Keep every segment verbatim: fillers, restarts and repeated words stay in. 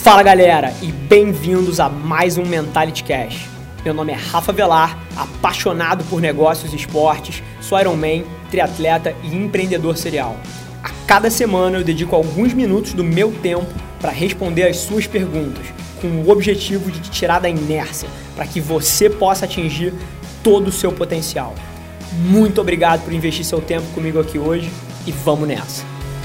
Fala galera e bem-vindos a mais um Mentality Cash. Meu nome é Rafa Velar, apaixonado por negócios e esportes, sou Ironman, triatleta e empreendedor serial. A cada semana eu dedico alguns minutos do meu tempo para responder as suas perguntas, com o objetivo de te tirar da inércia, para que você possa atingir todo o seu potencial. Muito obrigado por investir seu tempo comigo aqui hoje e vamos nessa!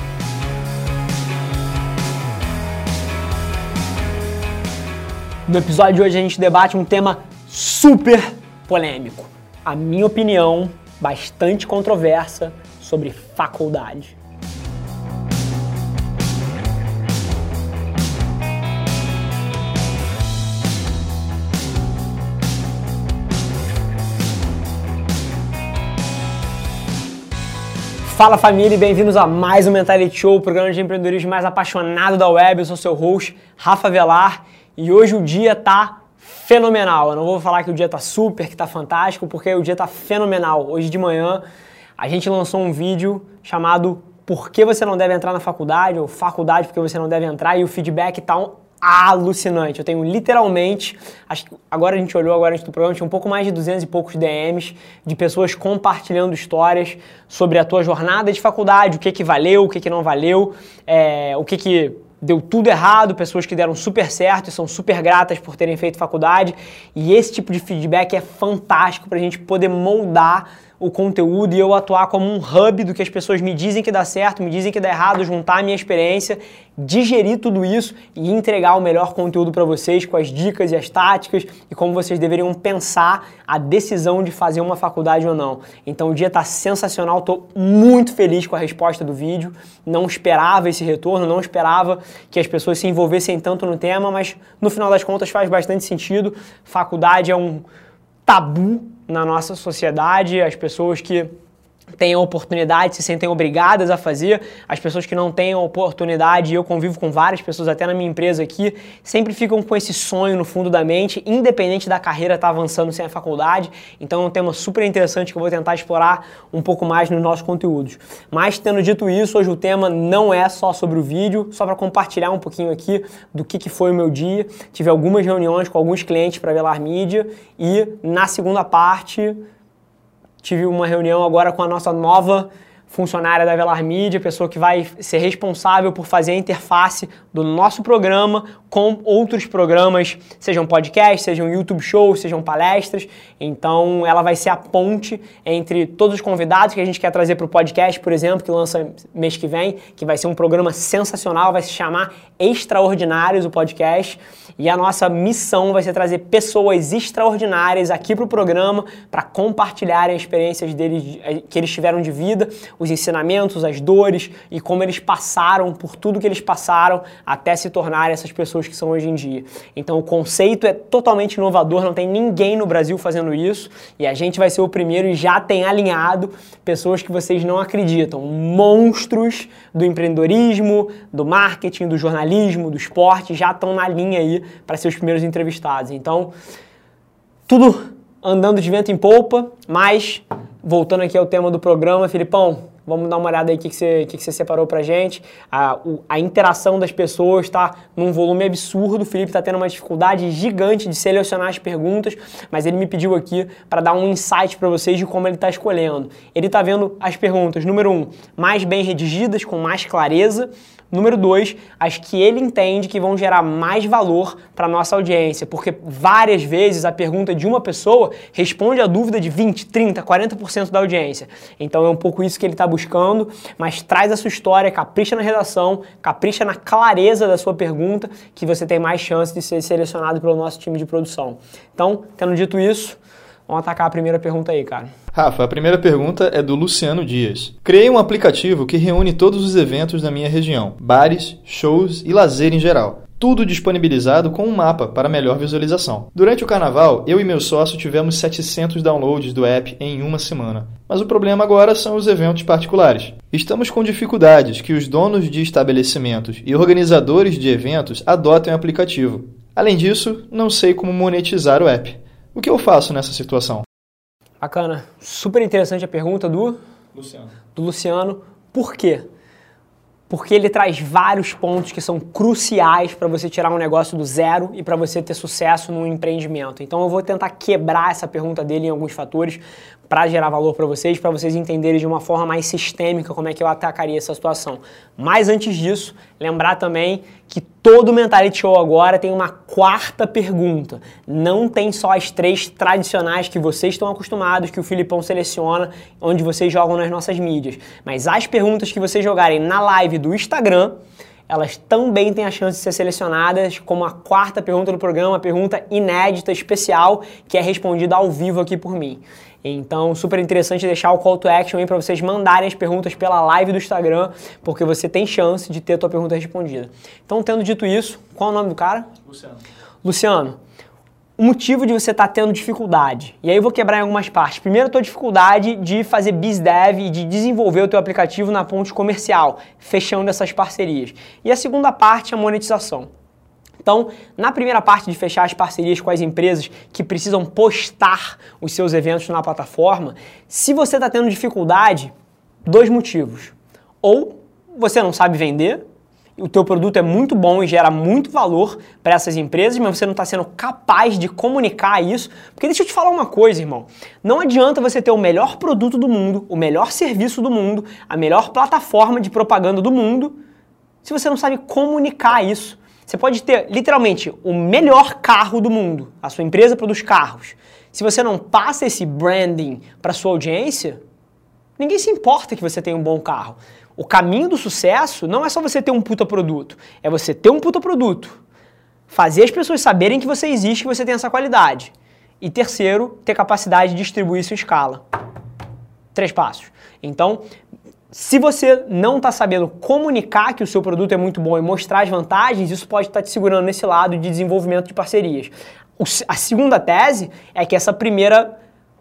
No episódio de hoje a gente debate um tema super polêmico. A minha opinião, bastante controversa, sobre faculdade. Fala família e bem-vindos a mais um Mentality Show, o programa de empreendedorismo mais apaixonado da web. Eu sou seu host, Rafa Velar. E hoje o dia tá fenomenal. Eu não vou falar que o dia tá super, que tá fantástico, porque o dia tá fenomenal. Hoje de manhã a gente lançou um vídeo chamado Por que você não deve entrar na faculdade? Ou Faculdade porque você não deve entrar, e o feedback tá um alucinante. Eu tenho literalmente, acho que agora a gente olhou agora antes do programa, tinha um pouco mais de duzentos e poucos D Ms de pessoas compartilhando histórias sobre a tua jornada de faculdade, o que que valeu, o que que não valeu, é, o que que deu tudo errado, pessoas que deram super certo e são super gratas por terem feito faculdade. E esse tipo de feedback é fantástico para a gente poder moldar o conteúdo e eu atuar como um hub do que as pessoas me dizem que dá certo, me dizem que dá errado, juntar a minha experiência, digerir tudo isso e entregar o melhor conteúdo para vocês com as dicas e as táticas e como vocês deveriam pensar a decisão de fazer uma faculdade ou não. Então o dia está sensacional, estou muito feliz com a resposta do vídeo, não esperava esse retorno, não esperava que as pessoas se envolvessem tanto no tema, mas no final das contas faz bastante sentido. Faculdade é um tabu na nossa sociedade, as pessoas que têm a oportunidade se sentem obrigadas a fazer, as pessoas que não têm a oportunidade, e eu convivo com várias pessoas até na minha empresa aqui, sempre ficam com esse sonho no fundo da mente, independente da carreira estar avançando sem a faculdade. Então é um tema super interessante que eu vou tentar explorar um pouco mais nos nossos conteúdos. Mas tendo dito isso, hoje o tema não é só sobre o vídeo, só para compartilhar um pouquinho aqui do que, que foi o meu dia. Tive algumas reuniões com alguns clientes para Velar Mídia e na segunda parte tive uma reunião agora com a nossa nova funcionária da Velar Mídia, pessoa que vai ser responsável por fazer a interface do nosso programa com outros programas, sejam podcasts, sejam YouTube shows, sejam palestras. Então ela vai ser a ponte entre todos os convidados que a gente quer trazer para o podcast, por exemplo, que lança mês que vem, que vai ser um programa sensacional, vai se chamar Extraordinários o podcast. E a nossa missão vai ser trazer pessoas extraordinárias aqui para o programa para compartilharem as experiências deles, que eles tiveram de vida, os ensinamentos, as dores e como eles passaram por tudo que eles passaram até se tornarem essas pessoas que são hoje em dia. Então o conceito é totalmente inovador, não tem ninguém no Brasil fazendo isso e a gente vai ser o primeiro e já tem alinhado pessoas que vocês não acreditam, monstros do empreendedorismo, do marketing, do jornalismo, do esporte, já estão na linha aí para ser os primeiros entrevistados. Então, tudo andando de vento em polpa, mas voltando aqui ao tema do programa, Filipão, vamos dar uma olhada aí o que, que, você, que, que você separou pra gente. A, o, a interação das pessoas está num volume absurdo. O Felipe está tendo uma dificuldade gigante de selecionar as perguntas, mas ele me pediu aqui para dar um insight para vocês de como ele está escolhendo. Ele está vendo as perguntas, número um, mais bem redigidas, com mais clareza. Número dois, as que ele entende que vão gerar mais valor para a nossa audiência, porque várias vezes a pergunta de uma pessoa responde a dúvida de vinte, trinta, quarenta por cento da audiência. Então é um pouco isso que ele está buscando, mas traz a sua história, capricha na redação, capricha na clareza da sua pergunta, que você tem mais chance de ser selecionado pelo nosso time de produção. Então, tendo dito isso, vamos atacar a primeira pergunta aí, cara. Rafa, a primeira pergunta é do Luciano Dias. Criei um aplicativo que reúne todos os eventos da minha região, bares, shows e lazer em geral. Tudo disponibilizado com um mapa para melhor visualização. Durante o carnaval, eu e meu sócio tivemos setecentos downloads do app em uma semana. Mas o problema agora são os eventos particulares. Estamos com dificuldades que os donos de estabelecimentos e organizadores de eventos adotem o aplicativo. Além disso, não sei como monetizar o app. O que eu faço nessa situação? Bacana. Super interessante a pergunta do Luciano. Do Luciano. Por quê? porque ele traz vários pontos que são cruciais para você tirar um negócio do zero e para você ter sucesso no empreendimento. Então eu vou tentar quebrar essa pergunta dele em alguns fatores para gerar valor para vocês, para vocês entenderem de uma forma mais sistêmica como é que eu atacaria essa situação. Mas antes disso, lembrar também que todo Mentality Show agora tem uma quarta pergunta. Não tem só as três tradicionais que vocês estão acostumados, que o Filipão seleciona, onde vocês jogam nas nossas mídias. Mas as perguntas que vocês jogarem na live do Instagram, elas também têm a chance de ser selecionadas como a quarta pergunta do programa, uma pergunta inédita, especial, que é respondida ao vivo aqui por mim. Então, super interessante deixar o call to action aí para vocês mandarem as perguntas pela live do Instagram, porque você tem chance de ter a tua pergunta respondida. Então, tendo dito isso, qual é o nome do cara? Luciano. Luciano, o motivo de você estar tá tendo dificuldade. E aí eu vou quebrar em algumas partes. Primeiro, a tua dificuldade de fazer BizDev e de desenvolver o teu aplicativo na ponte comercial, fechando essas parcerias. E a segunda parte, a monetização. Então, na primeira parte de fechar as parcerias com as empresas que precisam postar os seus eventos na plataforma, se você está tendo dificuldade, dois motivos. Ou você não sabe vender, o teu produto é muito bom e gera muito valor para essas empresas, mas você não está sendo capaz de comunicar isso. Porque deixa eu te falar uma coisa, irmão. Não adianta você ter o melhor produto do mundo, o melhor serviço do mundo, a melhor plataforma de propaganda do mundo, se você não sabe comunicar isso. Você pode ter, literalmente, o melhor carro do mundo. A sua empresa produz carros. Se você não passa esse branding para sua audiência, ninguém se importa que você tenha um bom carro. O caminho do sucesso não é só você ter um puta produto. É você ter um puta produto, fazer as pessoas saberem que você existe, que você tem essa qualidade. E terceiro, ter capacidade de distribuir isso em escala. Três passos. Então, se você não está sabendo comunicar que o seu produto é muito bom e mostrar as vantagens, isso pode estar te segurando nesse lado de desenvolvimento de parcerias. O, a segunda tese é que essa primeira,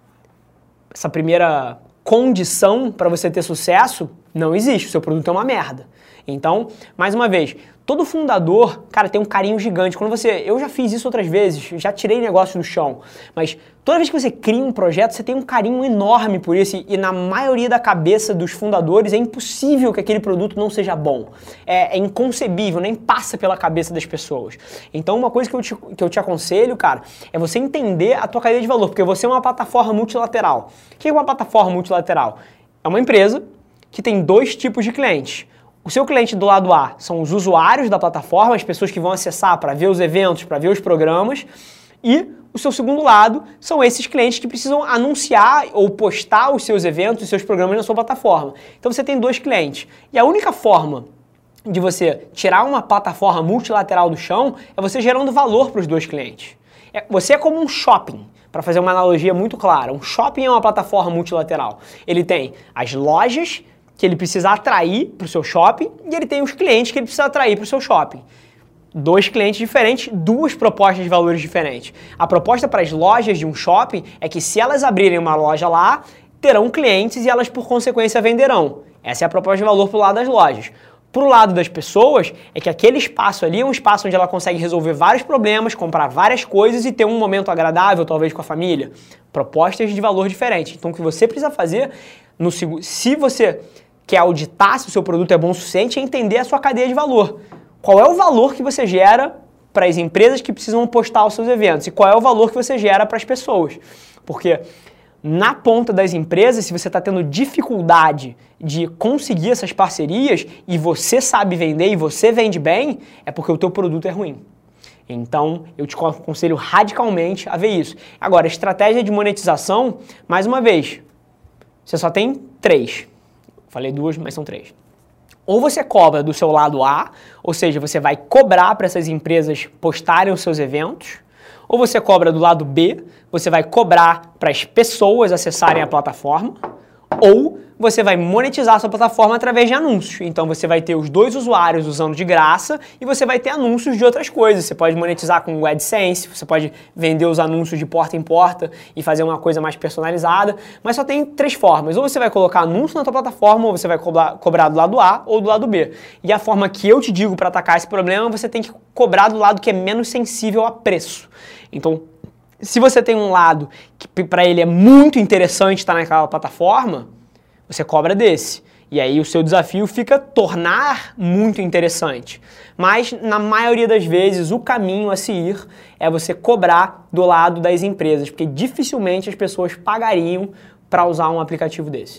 essa primeira condição para você ter sucesso não existe, o seu produto é uma merda. Então, mais uma vez, todo fundador, cara, tem um carinho gigante. Quando você, eu já fiz isso outras vezes, já tirei negócio do chão, mas toda vez que você cria um projeto, você tem um carinho enorme por isso e na maioria da cabeça dos fundadores é impossível que aquele produto não seja bom. É, é inconcebível, nem passa pela cabeça das pessoas. Então, uma coisa que eu, te, que eu te aconselho, cara, é você entender a tua cadeia de valor, porque você é uma plataforma multilateral. O que é uma plataforma multilateral? É uma empresa que tem dois tipos de clientes. O seu cliente do lado A são os usuários da plataforma, as pessoas que vão acessar para ver os eventos, para ver os programas, e o seu segundo lado são esses clientes que precisam anunciar ou postar os seus eventos, os seus programas na sua plataforma. Então você tem dois clientes. E a única forma de você tirar uma plataforma multilateral do chão é você gerando valor para os dois clientes. Você é como um shopping, para fazer uma analogia muito clara. Um shopping é uma plataforma multilateral. Ele tem as lojas que ele precisa atrair para o seu shopping e ele tem os clientes que ele precisa atrair para o seu shopping. Dois clientes diferentes, duas propostas de valores diferentes. A proposta para as lojas de um shopping é que se elas abrirem uma loja lá, terão clientes e elas por consequência venderão. Essa é a proposta de valor para o lado das lojas. Para o lado das pessoas, é que aquele espaço ali é um espaço onde ela consegue resolver vários problemas, comprar várias coisas e ter um momento agradável, talvez com a família. Propostas de valor diferentes. Então o que você precisa fazer, no, se você quer auditar se o seu produto é bom o suficiente, é entender a sua cadeia de valor. Qual é o valor que você gera para as empresas que precisam postar os seus eventos? E qual é o valor que você gera para as pessoas? Porque na ponta das empresas, se você está tendo dificuldade de conseguir essas parcerias e você sabe vender e você vende bem, é porque o teu produto é ruim. Então, eu te aconselho radicalmente a ver isso. Agora, estratégia de monetização, mais uma vez, você só tem três. Falei duas, mas são três. Ou você cobra do seu lado A, ou seja, você vai cobrar para essas empresas postarem os seus eventos, ou você cobra do lado B, você vai cobrar para as pessoas acessarem a plataforma, ou você vai monetizar a sua plataforma através de anúncios. Então você vai ter os dois usuários usando de graça e você vai ter anúncios de outras coisas. Você pode monetizar com o AdSense, você pode vender os anúncios de porta em porta e fazer uma coisa mais personalizada, mas só tem três formas. Ou você vai colocar anúncio na tua plataforma, ou você vai cobrar, cobrar do lado A ou do lado B. E a forma que eu te digo para atacar esse problema, você tem que cobrar do lado que é menos sensível a preço. Então, se você tem um lado que para ele é muito interessante estar naquela plataforma, você cobra desse. E aí o seu desafio fica tornar muito interessante. Mas, na maioria das vezes, o caminho a seguir é você cobrar do lado das empresas, porque dificilmente as pessoas pagariam para usar um aplicativo desse.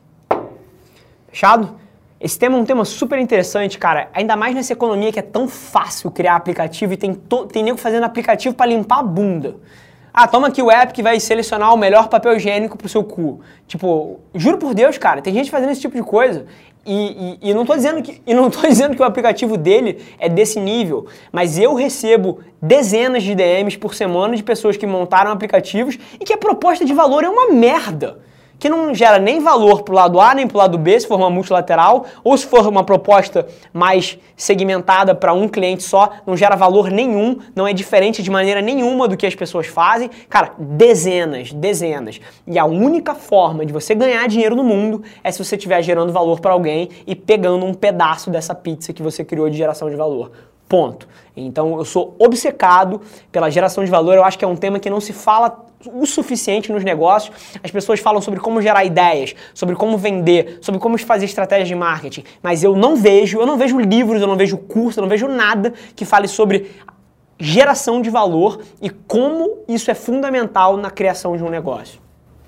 Fechado? Esse tema é um tema super interessante, cara, ainda mais nessa economia que é tão fácil criar aplicativo e tem, to... tem nego fazendo aplicativo para limpar a bunda. Ah, toma aqui o app que vai selecionar o melhor papel higiênico pro seu cu. Tipo, juro por Deus, cara, tem gente fazendo esse tipo de coisa. E, e, e, não tô dizendo que, e não tô dizendo que o aplicativo dele é desse nível, mas eu recebo dezenas de D Ms por semana de pessoas que montaram aplicativos e que a proposta de valor é uma merda. Que não gera nem valor pro lado A nem pro lado B, se for uma multilateral, ou se for uma proposta mais segmentada para um cliente só, não gera valor nenhum, não é diferente de maneira nenhuma do que as pessoas fazem. Cara, dezenas, dezenas. E a única forma de você ganhar dinheiro no mundo é se você estiver gerando valor para alguém e pegando um pedaço dessa pizza que você criou de geração de valor. Ponto. Então eu sou obcecado pela geração de valor, eu acho que é um tema que não se fala o suficiente nos negócios. As pessoas falam sobre como gerar ideias, sobre como vender, sobre como fazer estratégias de marketing, mas eu não vejo, eu não vejo livros, eu não vejo curso, eu não vejo nada que fale sobre geração de valor e como isso é fundamental na criação de um negócio.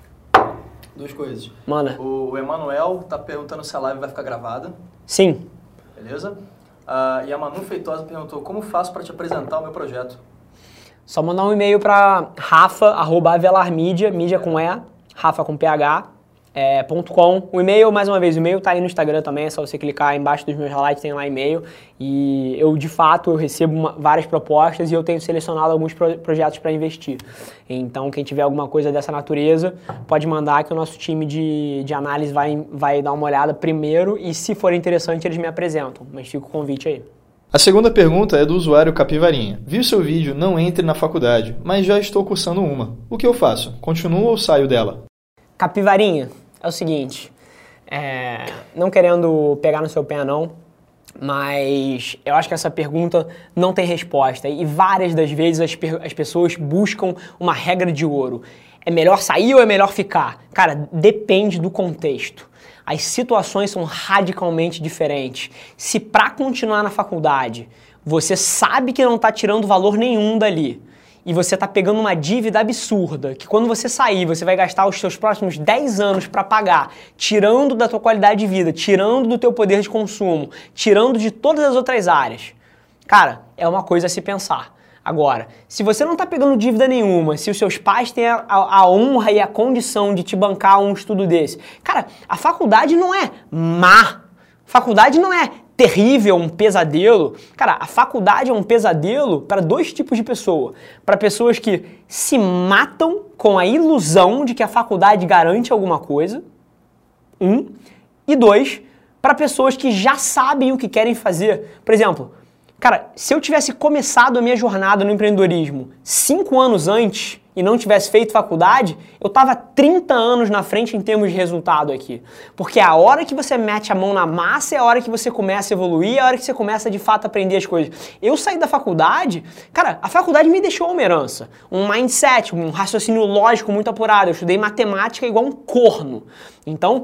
Duas coisas. Manda. O Emanuel tá perguntando se a live vai ficar gravada. Sim. Beleza? Uh, e a Manu Feitosa perguntou, como faço para te apresentar o meu projeto? Só mandar um e-mail para rafa arroba avelarmedia, mídia com E, rafa com ph, é, ponto com. O e-mail, mais uma vez, o e-mail tá aí no Instagram também, é só você clicar embaixo dos meus highlights, tem lá e-mail. E eu, de fato, eu recebo uma, várias propostas e eu tenho selecionado alguns pro, projetos para investir. Então, quem tiver alguma coisa dessa natureza, pode mandar que o nosso time de, de análise vai, vai dar uma olhada primeiro e, se for interessante, eles me apresentam. Mas fica o convite aí. A segunda pergunta é do usuário Capivarinha. Vi o seu vídeo Não Entre na Faculdade, mas já estou cursando uma. O que eu faço? Continuo ou saio dela? Capivarinha, é o seguinte, é, não querendo pegar no seu pé não, mas eu acho que essa pergunta não tem resposta e várias das vezes as, as pessoas buscam uma regra de ouro. É melhor sair ou é melhor ficar? Cara, depende do contexto. As situações são radicalmente diferentes. Se para continuar na faculdade você sabe que não está tirando valor nenhum dali e você está pegando uma dívida absurda, que quando você sair você vai gastar os seus próximos dez anos para pagar, tirando da tua qualidade de vida, tirando do teu poder de consumo, tirando de todas as outras áreas, cara, é uma coisa a se pensar. Agora, se você não está pegando dívida nenhuma, se os seus pais têm a, a, a honra e a condição de te bancar um estudo desse, cara, a faculdade não é má, a faculdade não é terrível, um pesadelo. Cara, a faculdade é um pesadelo para dois tipos de pessoa. Para pessoas que se matam com a ilusão de que a faculdade garante alguma coisa, um, e dois, para pessoas que já sabem o que querem fazer. Por exemplo, cara, se eu tivesse começado a minha jornada no empreendedorismo cinco anos antes e não tivesse feito faculdade, eu tava trinta anos na frente em termos de resultado aqui. Porque a hora que você mete a mão na massa é a hora que você começa a evoluir, é a hora que você começa de fato a aprender as coisas. Eu saí da faculdade, cara, a faculdade me deixou uma herança, um mindset, um raciocínio lógico muito apurado. Eu estudei matemática igual um corno. Então,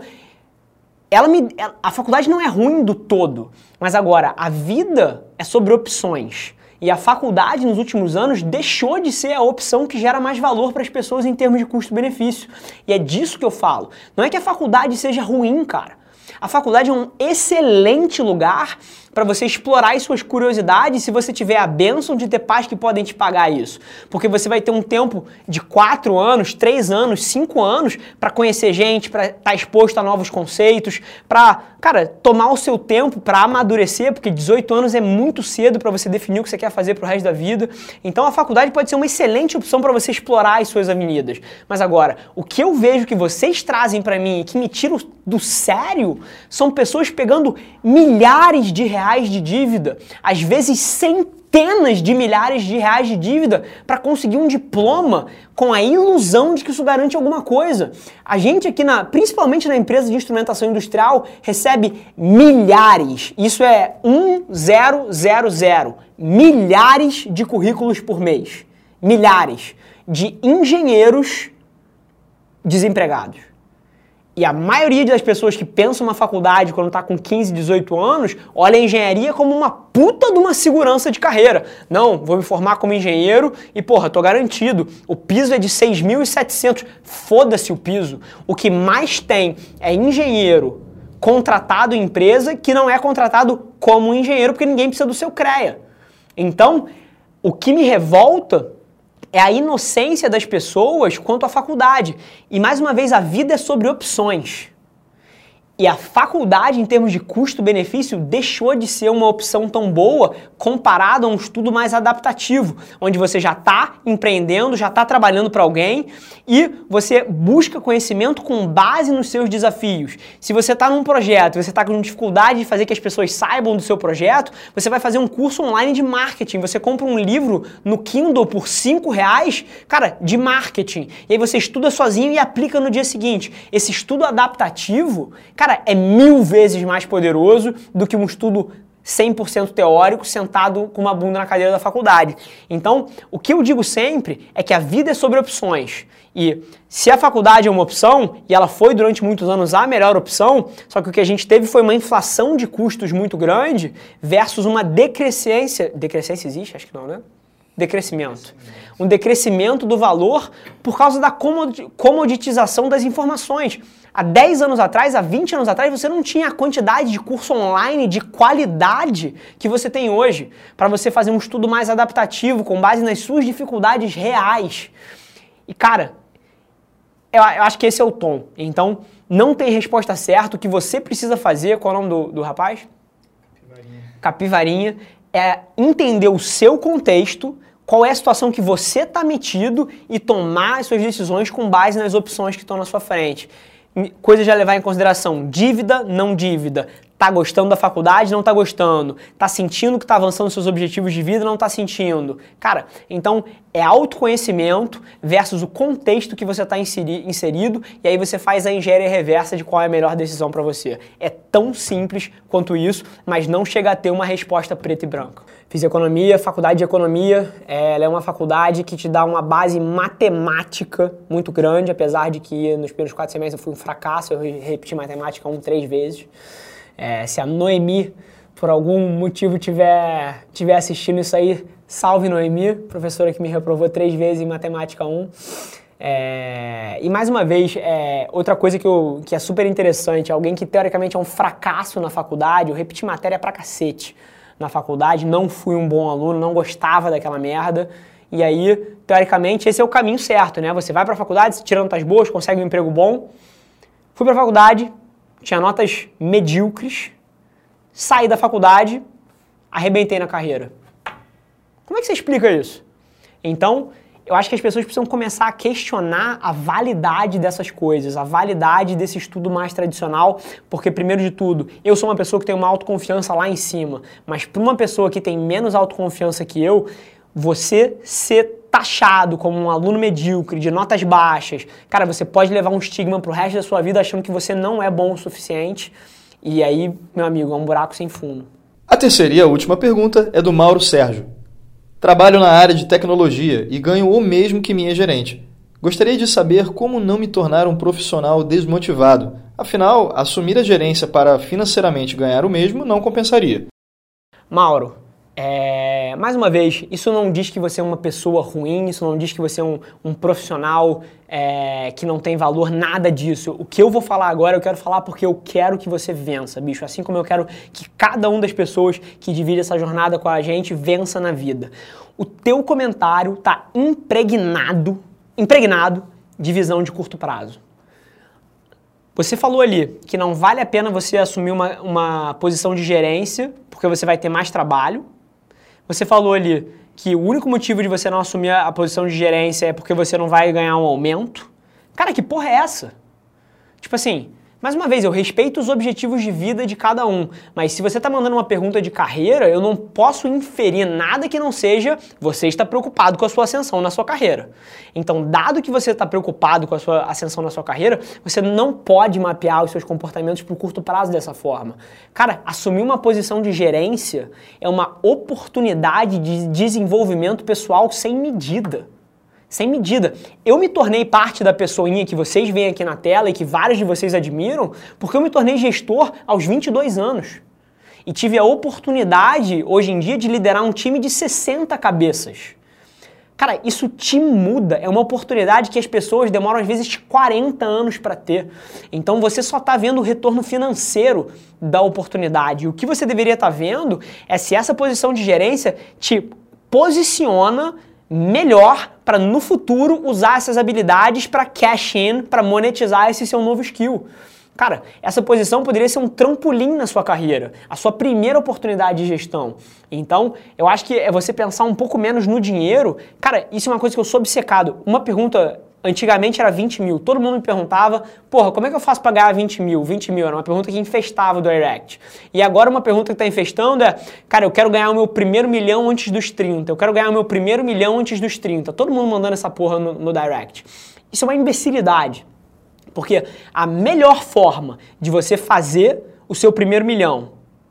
Ela me, a faculdade não é ruim do todo, mas agora, a vida é sobre opções. E a faculdade, nos últimos anos, deixou de ser a opção que gera mais valor para as pessoas em termos de custo-benefício. E é disso que eu falo. Não é que a faculdade seja ruim, cara. A faculdade é um excelente lugar para você explorar as suas curiosidades se você tiver a bênção de ter pais que podem te pagar isso. Porque você vai ter um tempo de quatro anos, três anos, cinco anos para conhecer gente, para estar exposto a novos conceitos, para, cara, tomar o seu tempo para amadurecer, porque dezoito anos é muito cedo para você definir o que você quer fazer pro resto da vida. Então a faculdade pode ser uma excelente opção para você explorar as suas avenidas. Mas agora, o que eu vejo que vocês trazem para mim e que me tira do sério são pessoas pegando milhares de reais de dívida, às vezes centenas de milhares de reais de dívida para conseguir um diploma com a ilusão de que isso garante alguma coisa. A gente aqui, na, principalmente na empresa de instrumentação industrial, recebe milhares, isso é um zero zero zero, milhares de currículos por mês, milhares de engenheiros desempregados. E a maioria das pessoas que pensam uma faculdade quando está com quinze, dezoito anos, olha a engenharia como uma puta de uma segurança de carreira. Não, vou me formar como engenheiro e, porra, tô garantido. O piso é de seis mil e setecentos. Foda-se o piso. O que mais tem é engenheiro contratado em empresa que não é contratado como engenheiro porque ninguém precisa do seu CREA. Então, o que me revolta é a inocência das pessoas quanto à faculdade. E, mais uma vez, a vida é sobre opções. E a faculdade, em termos de custo-benefício, deixou de ser uma opção tão boa comparado a um estudo mais adaptativo, onde você já está empreendendo, já está trabalhando para alguém e você busca conhecimento com base nos seus desafios. Se você está num projeto e você está com dificuldade de fazer que as pessoas saibam do seu projeto, você vai fazer um curso online de marketing. Você compra um livro no Kindle por cinco reais, cara, de marketing. E aí você estuda sozinho e aplica no dia seguinte. Esse estudo adaptativo, cara, Cara, é mil vezes mais poderoso do que um estudo cem por cento teórico sentado com uma bunda na cadeira da faculdade. Então, o que eu digo sempre é que a vida é sobre opções. E se a faculdade é uma opção, e ela foi durante muitos anos a melhor opção, só que o que a gente teve foi uma inflação de custos muito grande versus uma decrescência... Decrescência existe? Acho que não, né? Decrescimento. Um decrescimento do valor por causa da comoditização das informações. Há dez anos atrás, há vinte anos atrás, você não tinha a quantidade de curso online de qualidade que você tem hoje para você fazer um estudo mais adaptativo com base nas suas dificuldades reais. E, cara, eu, eu acho que esse é o tom. Então, não tem resposta certa. O que você precisa fazer, qual é o nome do, do rapaz? Capivarinha. Capivarinha. É entender o seu contexto, qual é a situação que você está metido e tomar as suas decisões com base nas opções que estão na sua frente. Coisas a levar em consideração: dívida, não dívida. Tá gostando da faculdade, não tá gostando. Tá sentindo que tá avançando seus objetivos de vida, não tá sentindo. Cara, então é autoconhecimento versus o contexto que você tá inseri- inserido e aí você faz a engenharia reversa de qual é a melhor decisão para você. É tão simples quanto isso, mas não chega a ter uma resposta preta e branca. Fiz economia, faculdade de economia, ela é uma faculdade que te dá uma base matemática muito grande, apesar de que nos primeiros quatro semestres eu fui um fracasso, eu repeti matemática um, três vezes. É, se a Noemi, por algum motivo, tiver, tiver assistindo isso aí, salve Noemi, professora que me reprovou três vezes em matemática um. É, e mais uma vez, é, outra coisa que, eu, que é super interessante, alguém que teoricamente é um fracasso na faculdade, eu repeti matéria pra cacete na faculdade, não fui um bom aluno, não gostava daquela merda, e aí, teoricamente, esse é o caminho certo, né? Você vai pra faculdade, tira notas boas, consegue um emprego bom. Fui pra faculdade, tinha notas medíocres, saí da faculdade, arrebentei na carreira. Como é que você explica isso? Então, eu acho que as pessoas precisam começar a questionar a validade dessas coisas, a validade desse estudo mais tradicional, porque, primeiro de tudo, eu sou uma pessoa que tem uma autoconfiança lá em cima, mas para uma pessoa que tem menos autoconfiança que eu, você ser taxado como um aluno medíocre, de notas baixas, cara, você pode levar um estigma pro resto da sua vida achando que você não é bom o suficiente, e aí, meu amigo, é um buraco sem fundo. A terceira e a última pergunta é do Mauro Sérgio. Trabalho na área de tecnologia e ganho o mesmo que minha gerente. Gostaria de saber como não me tornar um profissional desmotivado. Afinal, assumir a gerência para financeiramente ganhar o mesmo não compensaria. Mauro, É, mais uma vez, isso não diz que você é uma pessoa ruim, isso não diz que você é um, um profissional é, que não tem valor, nada disso. O que eu vou falar agora, eu quero falar porque eu quero que você vença, bicho. Assim como eu quero que cada uma das pessoas que divide essa jornada com a gente vença na vida. O teu comentário tá impregnado, impregnado de visão de curto prazo. Você falou ali que não vale a pena você assumir uma, uma posição de gerência porque você vai ter mais trabalho. Você falou ali que o único motivo de você não assumir a posição de gerência é porque você não vai ganhar um aumento. Cara, que porra é essa? Tipo assim, mais uma vez, eu respeito os objetivos de vida de cada um, mas se você está mandando uma pergunta de carreira, eu não posso inferir nada que não seja você está preocupado com a sua ascensão na sua carreira. Então, dado que você está preocupado com a sua ascensão na sua carreira, você não pode mapear os seus comportamentos para o curto prazo dessa forma. Cara, assumir uma posição de gerência é uma oportunidade de desenvolvimento pessoal sem medida. Sem medida. Eu me tornei parte da pessoinha que vocês veem aqui na tela e que vários de vocês admiram, porque eu me tornei gestor aos vinte e dois anos. E tive a oportunidade, hoje em dia, de liderar um time de sessenta cabeças. Cara, isso te muda, é uma oportunidade que as pessoas demoram às vezes quarenta anos para ter. Então você só está vendo o retorno financeiro da oportunidade. E o que você deveria estar tá vendo é se essa posição de gerência te posiciona melhor para no futuro usar essas habilidades para cash in, para monetizar esse seu novo skill. Cara, essa posição poderia ser um trampolim na sua carreira, a sua primeira oportunidade de gestão. Então, eu acho que é você pensar um pouco menos no dinheiro. Cara, isso é uma coisa que eu sou obcecado. Uma pergunta, antigamente era vinte mil. Todo mundo me perguntava, porra, como é que eu faço para ganhar vinte mil? vinte mil era uma pergunta que infestava o Direct. E agora uma pergunta que está infestando é, cara, eu quero ganhar o meu primeiro milhão antes dos trinta. Eu quero ganhar o meu primeiro milhão antes dos trinta. Todo mundo mandando essa porra no, no Direct. Isso é uma imbecilidade. Porque a melhor forma de você fazer o seu primeiro milhão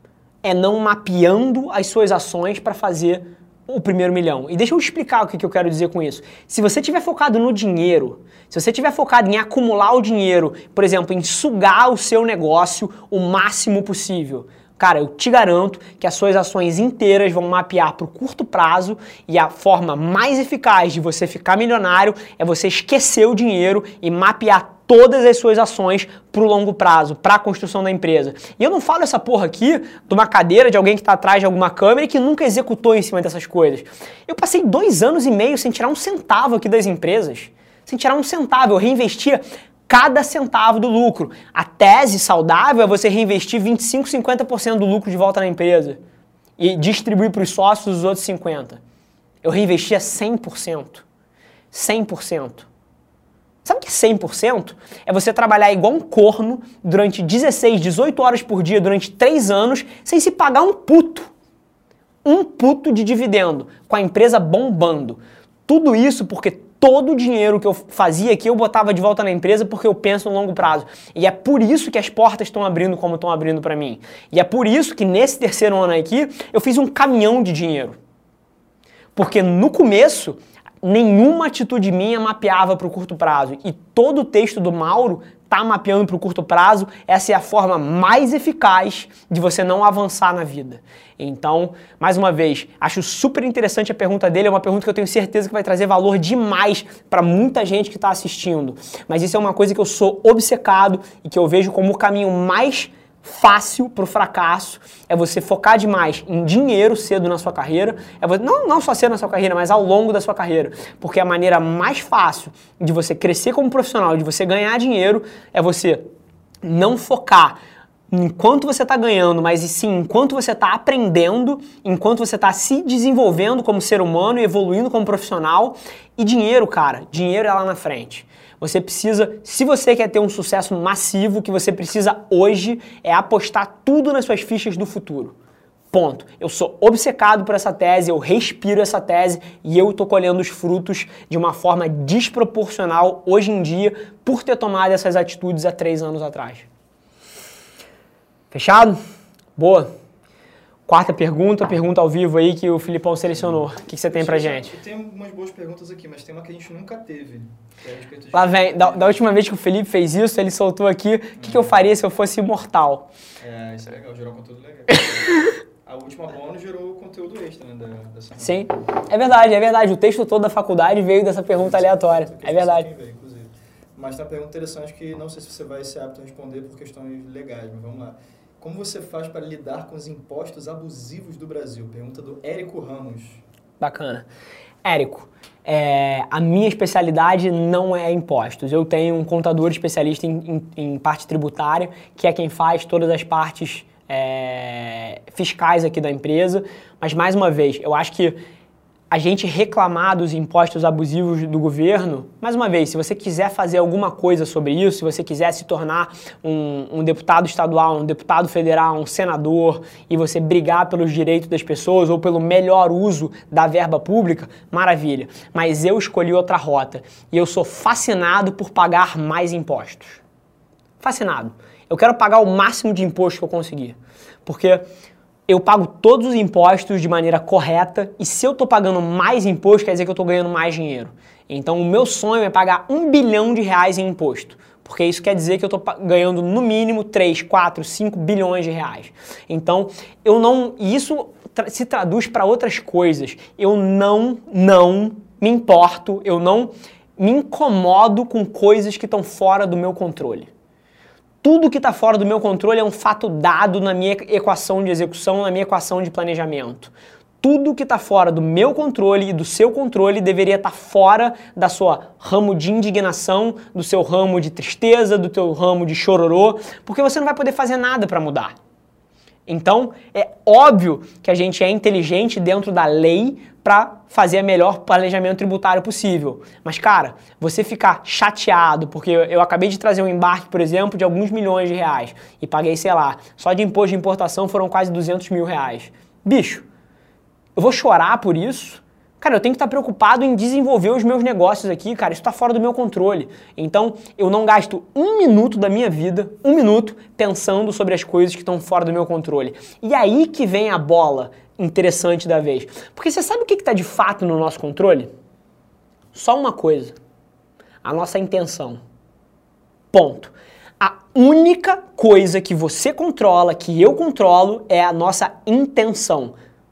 é não mapeando as suas ações para fazer o primeiro milhão. E deixa eu explicar o que eu quero dizer com isso. Se você estiver focado no dinheiro, se você estiver focado em acumular o dinheiro, por exemplo, em sugar o seu negócio o máximo possível, cara, eu te garanto que as suas ações inteiras vão mapear para o curto prazo e a forma mais eficaz de você ficar milionário é você esquecer o dinheiro e mapear todas as suas ações para o longo prazo, para a construção da empresa. E eu não falo essa porra aqui de uma cadeira de alguém que está atrás de alguma câmera e que nunca executou em cima dessas coisas. Eu passei dois anos e meio sem tirar um centavo aqui das empresas. Sem tirar um centavo. Eu reinvestia cada centavo do lucro. A tese saudável é você reinvestir vinte e cinco, cinquenta por cento do lucro de volta na empresa e distribuir para os sócios os outros cinquenta por cento. Eu reinvestia cem por cento. cem por cento. Sabe o que é cem por cento? É você trabalhar igual um corno durante dezesseis, dezoito horas por dia, durante três anos, sem se pagar um puto. Um puto de dividendo, com a empresa bombando. Tudo isso porque todo o dinheiro que eu fazia aqui eu botava de volta na empresa porque eu penso no longo prazo. E é por isso que as portas estão abrindo como estão abrindo para mim. E é por isso que nesse terceiro ano aqui eu fiz um caminhão de dinheiro. Porque no começo nenhuma atitude minha mapeava para o curto prazo. E todo o texto do Mauro está mapeando para o curto prazo. Essa é a forma mais eficaz de você não avançar na vida. Então, mais uma vez, acho super interessante a pergunta dele. É uma pergunta que eu tenho certeza que vai trazer valor demais para muita gente que está assistindo. Mas isso é uma coisa que eu sou obcecado e que eu vejo como o caminho mais fácil para o fracasso, é você focar demais em dinheiro cedo na sua carreira, é você, não, não só cedo na sua carreira, mas ao longo da sua carreira, porque a maneira mais fácil de você crescer como profissional, de você ganhar dinheiro, é você não focar enquanto você está ganhando, mas e sim enquanto você está aprendendo, enquanto você está se desenvolvendo como ser humano e evoluindo como profissional. E dinheiro, cara, dinheiro é lá na frente. Você precisa, se você quer ter um sucesso massivo, o que você precisa hoje é apostar tudo nas suas fichas do futuro. Ponto. Eu sou obcecado por essa tese, eu respiro essa tese e eu estou colhendo os frutos de uma forma desproporcional hoje em dia por ter tomado essas atitudes há três anos atrás. Fechado? Boa. Quarta pergunta, pergunta ao vivo aí que o Filipão selecionou. O que, que você tem pra gente? Tem umas boas perguntas aqui, mas tem uma que a gente nunca teve. Que é de... Lá vem, da, da última vez que o Felipe fez isso, ele soltou aqui, o que, que eu faria se eu fosse imortal? É, isso é legal, gerou conteúdo legal. A última bônus gerou conteúdo extra, né, da, dessa... Sim, é verdade, é verdade. O texto todo da faculdade veio dessa pergunta aleatória. É verdade. Veio, inclusive. Mas tem uma pergunta interessante que não sei se você vai ser apto a responder por questões legais, mas vamos lá. Como você faz para lidar com os impostos abusivos do Brasil? Pergunta do Érico Ramos. Bacana. Érico, é, a minha especialidade não é impostos. Eu tenho um contador especialista em, em, em parte tributária, que é quem faz todas as partes é, fiscais aqui da empresa. Mas, mais uma vez, eu acho que a gente reclamar dos impostos abusivos do governo, mais uma vez, se você quiser fazer alguma coisa sobre isso, se você quiser se tornar um, um deputado estadual, um deputado federal, um senador, e você brigar pelos direitos das pessoas ou pelo melhor uso da verba pública, maravilha. Mas eu escolhi outra rota e eu sou fascinado por pagar mais impostos. Fascinado. Eu quero pagar o máximo de imposto que eu conseguir, porque eu pago todos os impostos de maneira correta e se eu estou pagando mais imposto, quer dizer que eu estou ganhando mais dinheiro. Então, o meu sonho é pagar um bilhão de reais em imposto. Porque isso quer dizer que eu estou ganhando no mínimo três, quatro, cinco bilhões de reais. Então, eu não... Isso tra- se traduz para outras coisas. Eu não, não me importo, eu não me incomodo com coisas que estão fora do meu controle. Tudo que está fora do meu controle é um fato dado na minha equação de execução, na minha equação de planejamento. Tudo que está fora do meu controle e do seu controle deveria estar fora da sua ramo de indignação, do seu ramo de tristeza, do teu ramo de chororô, porque você não vai poder fazer nada para mudar. Então, é óbvio que a gente é inteligente dentro da lei para fazer o melhor planejamento tributário possível. Mas, cara, você ficar chateado, porque eu acabei de trazer um embarque, por exemplo, de alguns milhões de reais e paguei, sei lá, só de imposto de importação foram quase duzentos mil reais. Bicho, eu vou chorar por isso? Cara, eu tenho que estar preocupado em desenvolver os meus negócios aqui, cara, isso está fora do meu controle. Então, eu não gasto um minuto da minha vida, um minuto, pensando sobre as coisas que estão fora do meu controle. E aí que vem a bola interessante da vez. Porque você sabe o que está de fato no nosso controle? Só uma coisa. A nossa intenção. Ponto. A única coisa que você controla, que eu controlo, é a nossa intenção.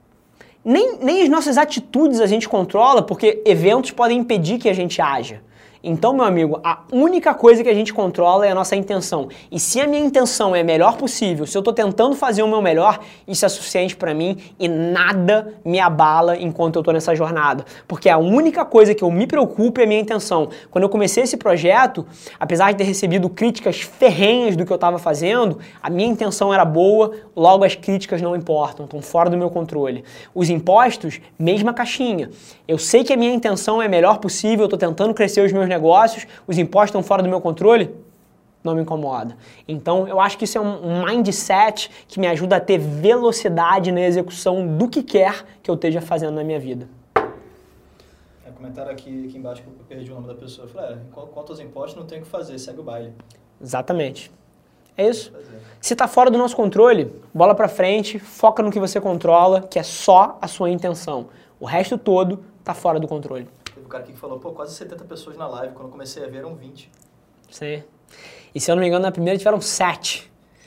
Nem, nem as nossas atitudes a gente controla, porque eventos podem impedir que a gente haja. Então, meu amigo, a única coisa que a gente controla é a nossa intenção. E se a minha intenção é a melhor possível, se eu estou tentando fazer o meu melhor, isso é suficiente para mim e nada me abala enquanto eu estou nessa jornada. Porque a única coisa que eu me preocupo é a minha intenção. Quando eu comecei esse projeto, apesar de ter recebido críticas ferrenhas do que eu estava fazendo, a minha intenção era boa, logo as críticas não importam, estão fora do meu controle. Os impostos, mesma caixinha. Eu sei que a minha intenção é a melhor possível, eu estou tentando crescer os meus negócios, os impostos estão fora do meu controle, não me incomoda. Então, eu acho que isso é um mindset que me ajuda a ter velocidade na execução do que quer que eu esteja fazendo na minha vida. É, comentaram aqui, aqui embaixo que eu perdi o nome da pessoa. Eu falei, é, quanto aos impostos, não tem o que fazer, segue o baile. Exatamente. É isso. Se está fora do nosso controle, bola para frente, foca no que você controla, que é só a sua intenção. O resto todo está fora do controle. Teve um cara aqui que falou, pô, quase setenta pessoas na live, quando eu comecei a ver eram vinte. Sim. E se eu não me engano, na primeira tiveram sete.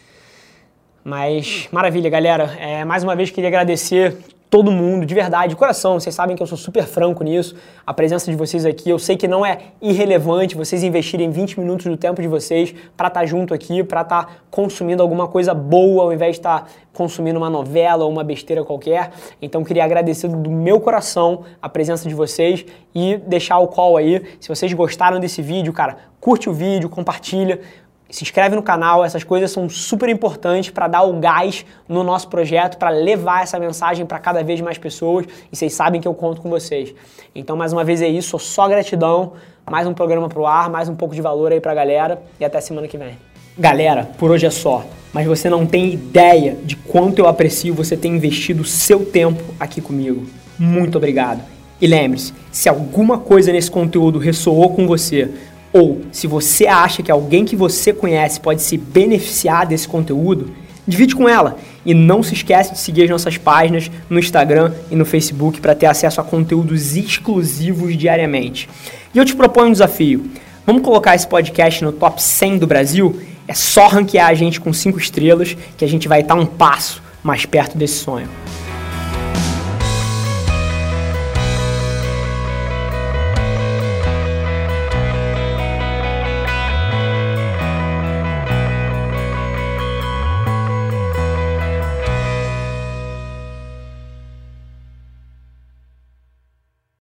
Mas, maravilha, galera. É, mais uma vez, queria agradecer todo mundo, de verdade, de coração. Vocês sabem que eu sou super franco nisso. A presença de vocês aqui, eu sei que não é irrelevante vocês investirem vinte minutos do tempo de vocês para estar junto aqui, para estar consumindo alguma coisa boa, ao invés de estar consumindo uma novela ou uma besteira qualquer. Então, queria agradecer do meu coração a presença de vocês e deixar o call aí. Se vocês gostaram desse vídeo, cara, curte o vídeo, compartilha. Se inscreve no canal, essas coisas são super importantes para dar o gás no nosso projeto, para levar essa mensagem para cada vez mais pessoas e vocês sabem que eu conto com vocês. Então, mais uma vez é isso, só gratidão, mais um programa pro ar, mais um pouco de valor aí pra galera e até semana que vem. Galera, por hoje é só, mas você não tem ideia de quanto eu aprecio você ter investido o seu tempo aqui comigo. Muito obrigado. E lembre-se, se alguma coisa nesse conteúdo ressoou com você, ou se você acha que alguém que você conhece pode se beneficiar desse conteúdo, divide com ela. E não se esquece de seguir as nossas páginas no Instagram e no Facebook para ter acesso a conteúdos exclusivos diariamente. E eu te proponho um desafio. Vamos colocar esse podcast no top cem do Brasil? É só ranquear a gente com cinco estrelas que a gente vai estar um passo mais perto desse sonho.